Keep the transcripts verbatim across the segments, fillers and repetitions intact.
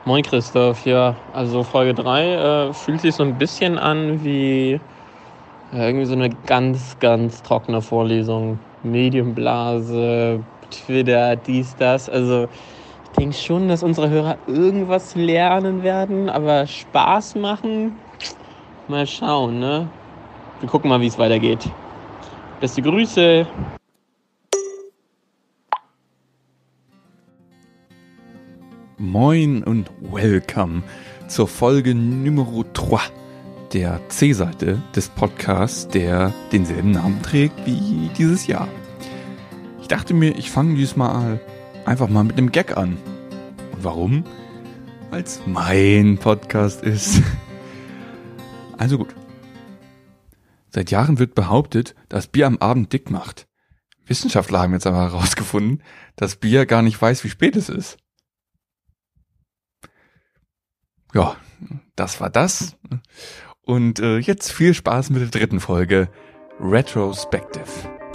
Moin Christoph, ja, also Folge drei äh, fühlt sich so ein bisschen an wie äh, irgendwie so eine ganz, ganz trockene Vorlesung. Medienblase, Twitter, dies, das. Also ich denke schon, dass unsere Hörer irgendwas lernen werden, aber Spaß machen, mal schauen, ne? Wir gucken mal, wie es weitergeht. Beste Grüße! Moin und welcome zur Folge Nummer drei der C-Seite des Podcasts, der denselben Namen trägt wie dieses Jahr. Ich dachte mir, ich fange diesmal einfach mal mit einem Gag an. Und warum? Weil es mein Podcast ist. Also gut. Seit Jahren wird behauptet, dass Bier am Abend dick macht. Wissenschaftler haben jetzt aber herausgefunden, dass Bier gar nicht weiß, wie spät es ist. Ja, das war das. Und äh, jetzt viel Spaß mit der dritten Folge, Retrospective.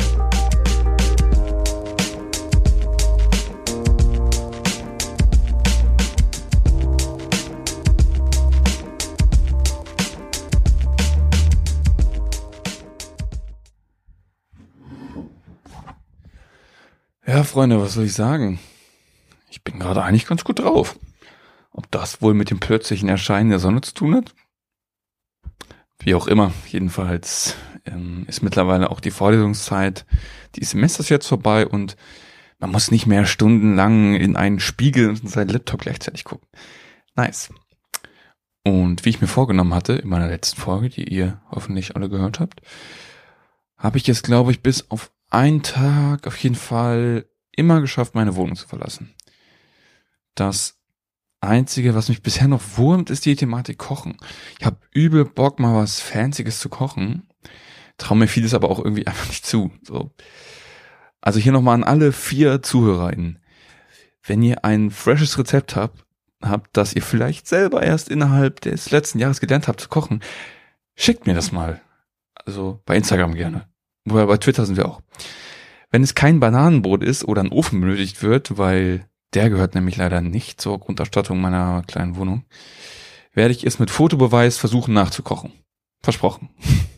Ja, Freunde, was soll ich sagen? Ich bin gerade eigentlich ganz gut drauf. Ob das wohl mit dem plötzlichen Erscheinen der Sonne zu tun hat? Wie auch immer, jedenfalls ähm, ist mittlerweile auch die Vorlesungszeit, die Semester ist jetzt vorbei und man muss nicht mehr stundenlang in einen Spiegel und in seinen Laptop gleichzeitig gucken. Nice. Und wie ich mir vorgenommen hatte in meiner letzten Folge, die ihr hoffentlich alle gehört habt, habe ich jetzt, glaube ich, bis auf einen Tag auf jeden Fall immer geschafft, meine Wohnung zu verlassen. Das Einzige, was mich bisher noch wurmt, ist die Thematik Kochen. Ich habe übel Bock, mal was Fancyes zu kochen. Traue mir vieles aber auch irgendwie einfach nicht zu. So. Also hier nochmal an alle vier ZuhörerInnen. Wenn ihr ein freshes Rezept habt, habt, das ihr vielleicht selber erst innerhalb des letzten Jahres gelernt habt zu kochen, schickt mir das mal. Also bei Instagram gerne. Wobei bei Twitter sind wir auch. Wenn es kein Bananenbrot ist oder ein Ofen benötigt wird, weil der gehört nämlich leider nicht zur Grundausstattung meiner kleinen Wohnung, werde ich es mit Fotobeweis versuchen nachzukochen. Versprochen.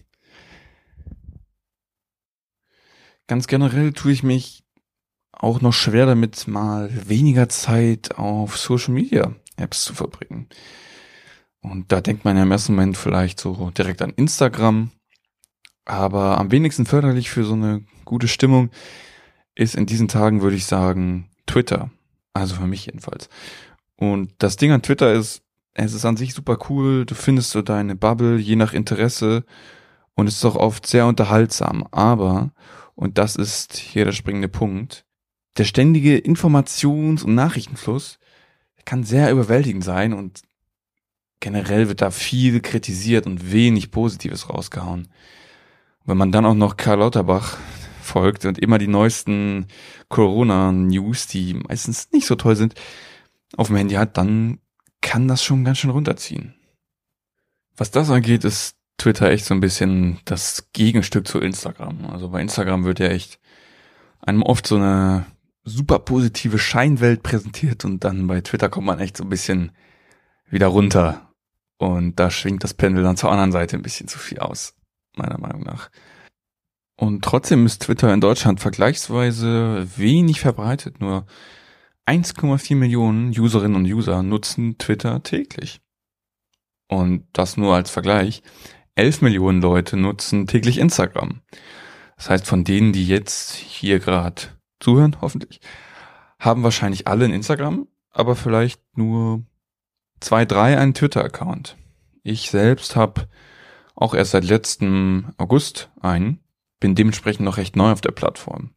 Ganz generell tue ich mich auch noch schwer damit, mal weniger Zeit auf Social Media Apps zu verbringen. Und da denkt man ja im ersten Moment vielleicht so direkt an Instagram, aber am wenigsten förderlich für so eine gute Stimmung ist in diesen Tagen, würde ich sagen, Twitter. Also für mich jedenfalls. Und das Ding an Twitter ist, es ist an sich super cool, du findest so deine Bubble, je nach Interesse, und es ist auch oft sehr unterhaltsam, aber, und das ist hier der springende Punkt, der ständige Informations- und Nachrichtenfluss kann sehr überwältigend sein und generell wird da viel kritisiert und wenig Positives rausgehauen. Wenn man dann auch noch Karl Lauterbach folgt und immer die neuesten Corona-News, die meistens nicht so toll sind, auf dem Handy hat, dann kann das schon ganz schön runterziehen. Was das angeht, ist Twitter echt so ein bisschen das Gegenstück zu Instagram. Also bei Instagram wird ja echt einem oft so eine super positive Scheinwelt präsentiert und dann bei Twitter kommt man echt so ein bisschen wieder runter und da schwingt das Pendel dann zur anderen Seite ein bisschen zu viel aus, meiner Meinung nach. Und trotzdem ist Twitter in Deutschland vergleichsweise wenig verbreitet. Nur eins Komma vier Millionen Userinnen und User nutzen Twitter täglich. Und das nur als Vergleich. elf Millionen Leute nutzen täglich Instagram. Das heißt, von denen, die jetzt hier gerade zuhören, hoffentlich, haben wahrscheinlich alle ein Instagram, aber vielleicht nur zwei, drei einen Twitter-Account. Ich selbst habe auch erst seit letztem August einen. Bin dementsprechend noch recht neu auf der Plattform.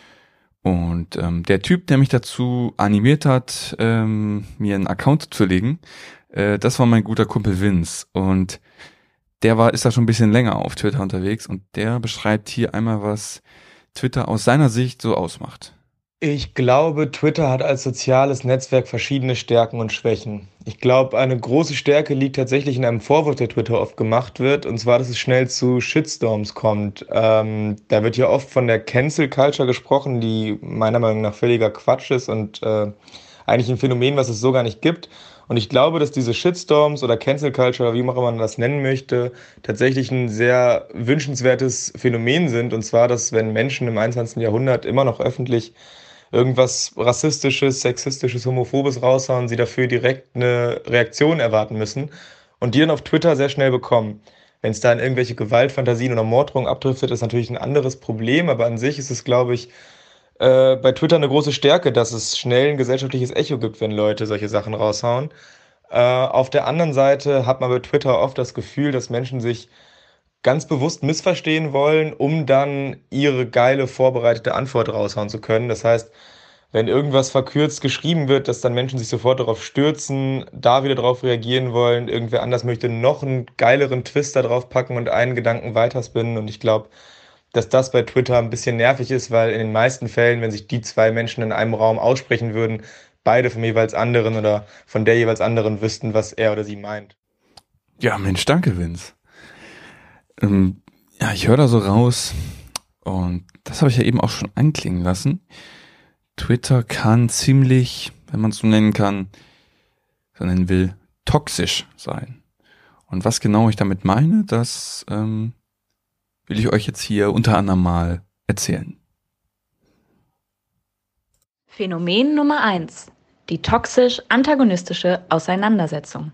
Und ähm, der Typ, der mich dazu animiert hat, ähm, mir einen Account zu legen, äh, das war mein guter Kumpel Vince. Und der war ist da schon ein bisschen länger auf Twitter unterwegs und der beschreibt hier einmal, was Twitter aus seiner Sicht so ausmacht. Ich glaube, Twitter hat als soziales Netzwerk verschiedene Stärken und Schwächen. Ich glaube, eine große Stärke liegt tatsächlich in einem Vorwurf, der Twitter oft gemacht wird, und zwar, dass es schnell zu Shitstorms kommt. Ähm, da wird ja oft von der Cancel Culture gesprochen, die meiner Meinung nach völliger Quatsch ist und äh, eigentlich ein Phänomen, was es so gar nicht gibt. Und ich glaube, dass diese Shitstorms oder Cancel Culture, wie auch immer man das nennen möchte, tatsächlich ein sehr wünschenswertes Phänomen sind. Und zwar, dass wenn Menschen im einundzwanzigsten Jahrhundert immer noch öffentlich irgendwas Rassistisches, Sexistisches, Homophobes raushauen, sie dafür direkt eine Reaktion erwarten müssen und die dann auf Twitter sehr schnell bekommen. Wenn es da in irgendwelche Gewaltfantasien oder Morddrohungen abdriftet, ist natürlich ein anderes Problem, aber an sich ist es, glaube ich, äh, bei Twitter eine große Stärke, dass es schnell ein gesellschaftliches Echo gibt, wenn Leute solche Sachen raushauen. Äh, auf der anderen Seite hat man bei Twitter oft das Gefühl, dass Menschen sich ganz bewusst missverstehen wollen, um dann ihre geile vorbereitete Antwort raushauen zu können. Das heißt, wenn irgendwas verkürzt geschrieben wird, dass dann Menschen sich sofort darauf stürzen, da wieder darauf reagieren wollen, irgendwer anders möchte noch einen geileren Twist da drauf packen und einen Gedanken weiterspinnen. Und ich glaube, dass das bei Twitter ein bisschen nervig ist, weil in den meisten Fällen, wenn sich die zwei Menschen in einem Raum aussprechen würden, beide vom jeweils anderen oder von der jeweils anderen wüssten, was er oder sie meint. Ja, Mensch, danke, Vince. Ähm, ja, ich höre da so raus, und das habe ich ja eben auch schon anklingen lassen. Twitter kann ziemlich, wenn man es so nennen kann, so nennen will, toxisch sein. Und was genau ich damit meine, das ähm, will ich euch jetzt hier unter anderem mal erzählen. Phänomen Nummer eins. Die toxisch-antagonistische Auseinandersetzung.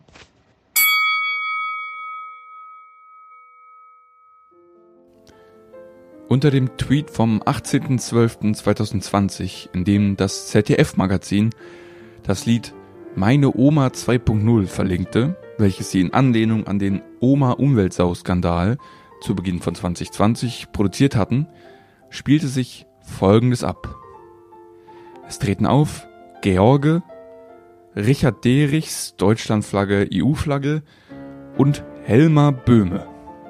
Unter dem Tweet vom achtzehnten zwölften zweitausendzwanzig, in dem das Z D F-Magazin das Lied Meine Oma zwei Punkt null verlinkte, welches sie in Anlehnung an den Oma-Umweltsau-Skandal zu Beginn von zwanzig zwanzig produziert hatten, spielte sich Folgendes ab. Es treten auf George, Richard Derichs, Deutschlandflagge, E U-Flagge und Helma Böhme.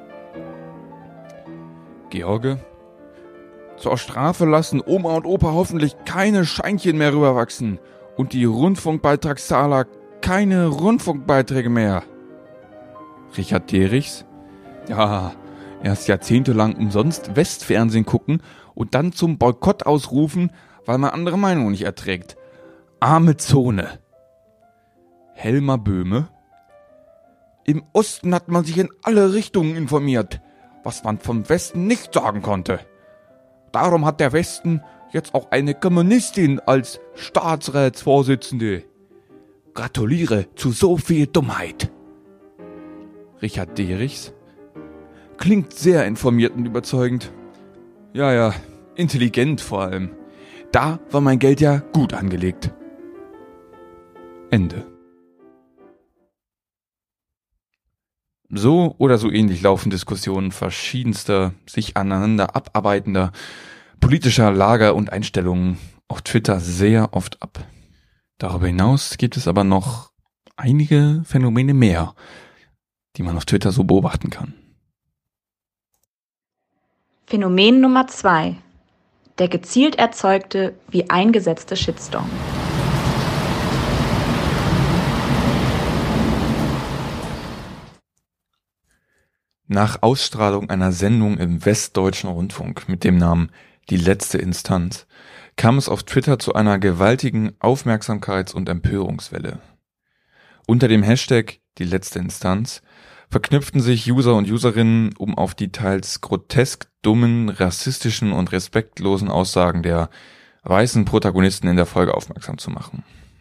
George: Zur Strafe lassen Oma und Opa hoffentlich keine Scheinchen mehr rüberwachsen und die Rundfunkbeitragszahler keine Rundfunkbeiträge mehr. Richard Derichs: Ja, erst jahrzehntelang umsonst Westfernsehen gucken und dann zum Boykott ausrufen, weil man andere Meinungen nicht erträgt. Arme Zone. Helma Böhme: Im Osten hat man sich in alle Richtungen informiert, was man vom Westen nicht sagen konnte. Darum hat der Westen jetzt auch eine Kommunistin als Staatsratsvorsitzende. Gratuliere zu so viel Dummheit. Richard Derichs: Klingt sehr informiert und überzeugend. Ja, ja, intelligent vor allem. Da war mein Geld ja gut angelegt. Ende. So oder so ähnlich laufen Diskussionen verschiedenster, sich aneinander abarbeitender politischer Lager und Einstellungen auf Twitter sehr oft ab. Darüber hinaus gibt es aber noch einige Phänomene mehr, die man auf Twitter so beobachten kann. Phänomen Nummer zwei. Der gezielt erzeugte wie eingesetzte Shitstorm. Nach Ausstrahlung einer Sendung im Westdeutschen Rundfunk mit dem Namen Die letzte Instanz kam es auf Twitter zu einer gewaltigen Aufmerksamkeits- und Empörungswelle. Unter dem Hashtag Die letzte Instanz verknüpften sich User und Userinnen, um auf die teils grotesk dummen, rassistischen und respektlosen Aussagen der weißen Protagonisten in der Folge aufmerksam zu machen.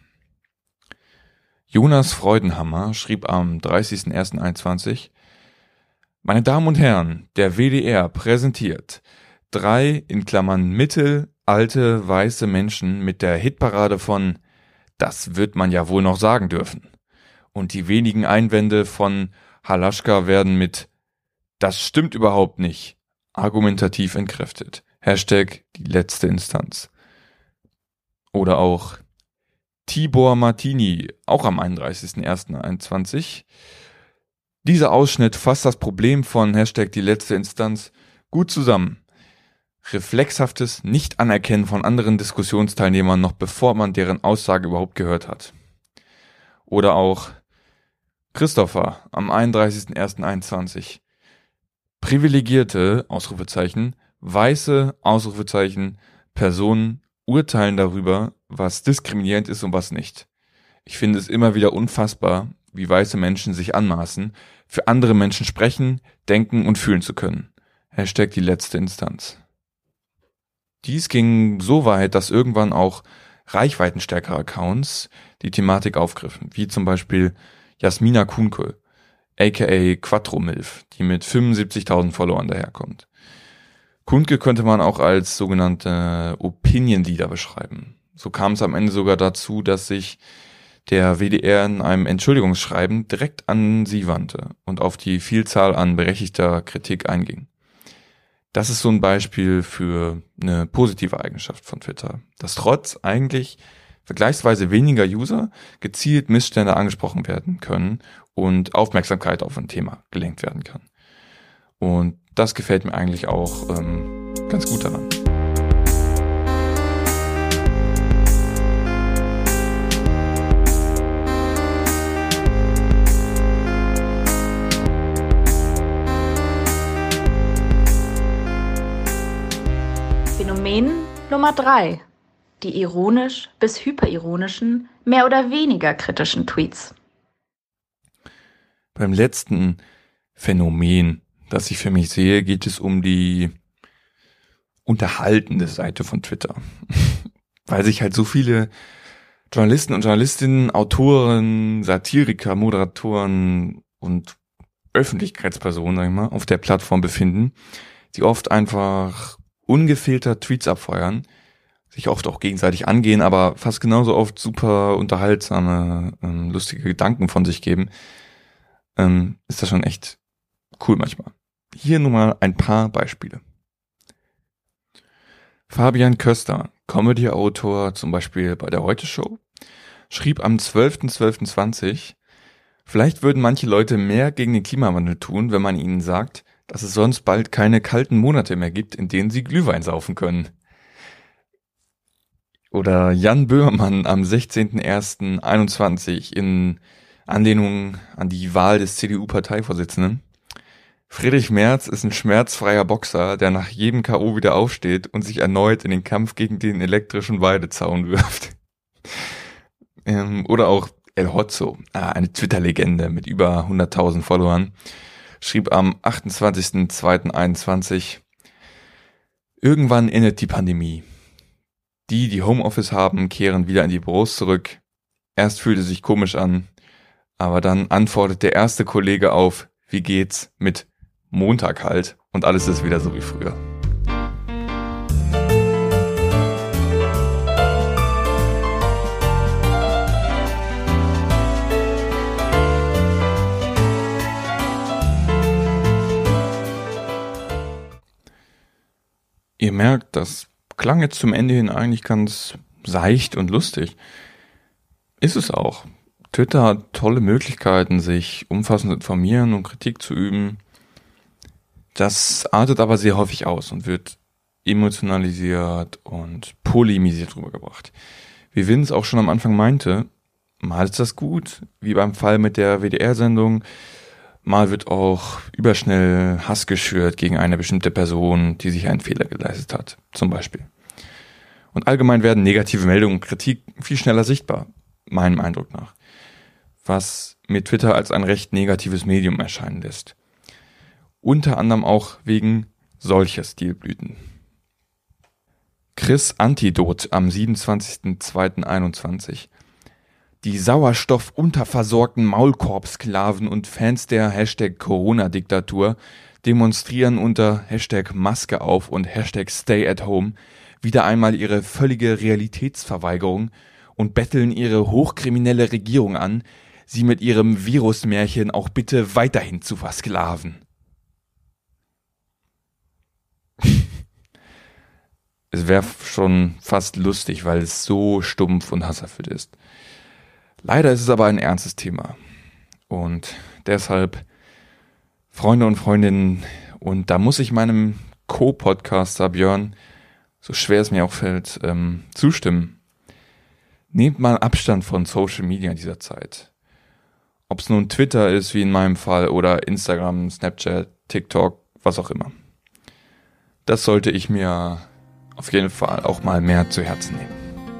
Jonas Freudenhammer schrieb am dreißigsten ersten einundzwanzig: Meine Damen und Herren, der W D R präsentiert drei in Klammern mittelalte weiße Menschen mit der Hitparade von Das wird man ja wohl noch sagen dürfen. Und die wenigen Einwände von Halaschka werden mit Das stimmt überhaupt nicht argumentativ entkräftet. Hashtag die letzte Instanz. Oder auch Tibor Martini, auch am einunddreißigsten ersten einundzwanzig. Dieser Ausschnitt fasst das Problem von Hashtag die letzte Instanz gut zusammen. Reflexhaftes Nicht-Anerkennen von anderen Diskussionsteilnehmern, noch bevor man deren Aussage überhaupt gehört hat. Oder auch Christopher am einunddreißigsten ersten einundzwanzig. Privilegierte, Ausrufezeichen, weiße, Ausrufezeichen, Personen, urteilen darüber, was diskriminierend ist und was nicht. Ich finde es immer wieder unfassbar, wie weiße Menschen sich anmaßen, für andere Menschen sprechen, denken und fühlen zu können. Hashtag die letzte Instanz. Dies ging so weit, dass irgendwann auch reichweitenstärkere Accounts die Thematik aufgriffen, wie zum Beispiel Jasmina Kuhnke, aka Quattromilf, die mit fünfundsiebzigtausend Followern daherkommt. Kuhnke könnte man auch als sogenannte Opinion Leader beschreiben. So kam es am Ende sogar dazu, dass sich der W D R in einem Entschuldigungsschreiben direkt an sie wandte und auf die Vielzahl an berechtigter Kritik einging. Das ist so ein Beispiel für eine positive Eigenschaft von Twitter, dass trotz eigentlich vergleichsweise weniger User gezielt Missstände angesprochen werden können und Aufmerksamkeit auf ein Thema gelenkt werden kann. Und das gefällt mir eigentlich auch ähm, ganz gut daran. Phänomen Nummer drei. Die ironisch bis hyperironischen, mehr oder weniger kritischen Tweets. Beim letzten Phänomen, das ich für mich sehe, geht es um die unterhaltende Seite von Twitter. Weil sich halt so viele Journalisten und Journalistinnen, Autoren, Satiriker, Moderatoren und Öffentlichkeitspersonen, sag ich mal, auf der Plattform befinden, die oft einfach ungefiltert Tweets abfeuern, sich oft auch gegenseitig angehen, aber fast genauso oft super unterhaltsame, ähm, lustige Gedanken von sich geben, ähm, ist das schon echt cool manchmal. Hier nur mal ein paar Beispiele. Fabian Köster, Comedy-Autor, zum Beispiel bei der Heute-Show, schrieb am zwölften zwölften zwanzig, vielleicht würden manche Leute mehr gegen den Klimawandel tun, wenn man ihnen sagt, dass es sonst bald keine kalten Monate mehr gibt, in denen sie Glühwein saufen können. Oder Jan Böhmermann am sechzehnten ersten einundzwanzig in Anlehnung an die Wahl des C D U-Parteivorsitzenden. Friedrich Merz ist ein schmerzfreier Boxer, der nach jedem K O wieder aufsteht und sich erneut in den Kampf gegen den elektrischen Weidezaun wirft. ähm, oder auch El Hotzo, eine Twitter-Legende mit über hunderttausend Followern, schrieb am achtundzwanzigsten zweiten einundzwanzig, irgendwann endet die Pandemie. Die, die Homeoffice haben, kehren wieder in die Büros zurück. Erst fühlt es sich komisch an, aber dann antwortet der erste Kollege auf, wie geht's, mit Montag halt, und alles ist wieder so wie früher. Ihr merkt, das klang jetzt zum Ende hin eigentlich ganz seicht und lustig. Ist es auch. Twitter hat tolle Möglichkeiten, sich umfassend zu informieren und Kritik zu üben. Das artet aber sehr häufig aus und wird emotionalisiert und polemisiert rübergebracht. Wie Vince auch schon am Anfang meinte, mal ist das gut, wie beim Fall mit der W D R-Sendung, mal wird auch überschnell Hass geschürt gegen eine bestimmte Person, die sich einen Fehler geleistet hat, zum Beispiel. Und allgemein werden negative Meldungen und Kritik viel schneller sichtbar, meinem Eindruck nach, was mir Twitter als ein recht negatives Medium erscheinen lässt. Unter anderem auch wegen solcher Stilblüten. Chris Antidot am siebenundzwanzigsten zweiten einundzwanzig. Die sauerstoffunterversorgten Maulkorbsklaven und Fans der Hashtag Corona-Diktatur demonstrieren unter Hashtag Maske auf und Hashtag Stay at Home wieder einmal ihre völlige Realitätsverweigerung und betteln ihre hochkriminelle Regierung an, sie mit ihrem Virusmärchen auch bitte weiterhin zu versklaven. Es wäre schon fast lustig, weil es so stumpf und hasserfüllt ist. Leider ist es aber ein ernstes Thema. Und deshalb, Freunde und Freundinnen, und da muss ich meinem Co-Podcaster Björn, so schwer es mir auch fällt, ähm, zustimmen. Nehmt mal Abstand von Social Media in dieser Zeit. Ob es nun Twitter ist, wie in meinem Fall, oder Instagram, Snapchat, TikTok, was auch immer. Das sollte ich mir auf jeden Fall auch mal mehr zu Herzen nehmen.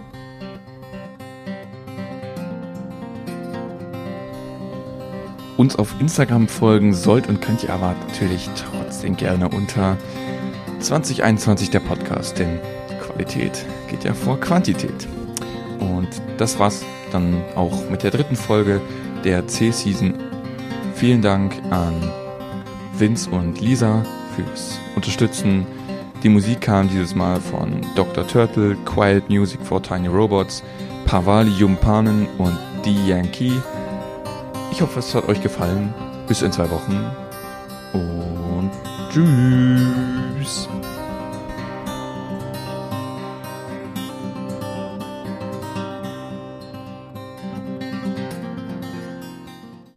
Uns auf Instagram folgen sollt und könnt ihr aber natürlich trotzdem gerne unter zwanzig einundzwanzig der Podcast, denn Qualität geht ja vor Quantität. Und das war's dann auch mit der dritten Folge der C-Season. Vielen Dank an Vince und Lisa fürs Unterstützen. Die Musik kam dieses Mal von Doktor Turtle, Quiet Music for Tiny Robots, Pavali Yumpanen und D Yankee. Ich hoffe, es hat euch gefallen. Bis in zwei Wochen und tschüss.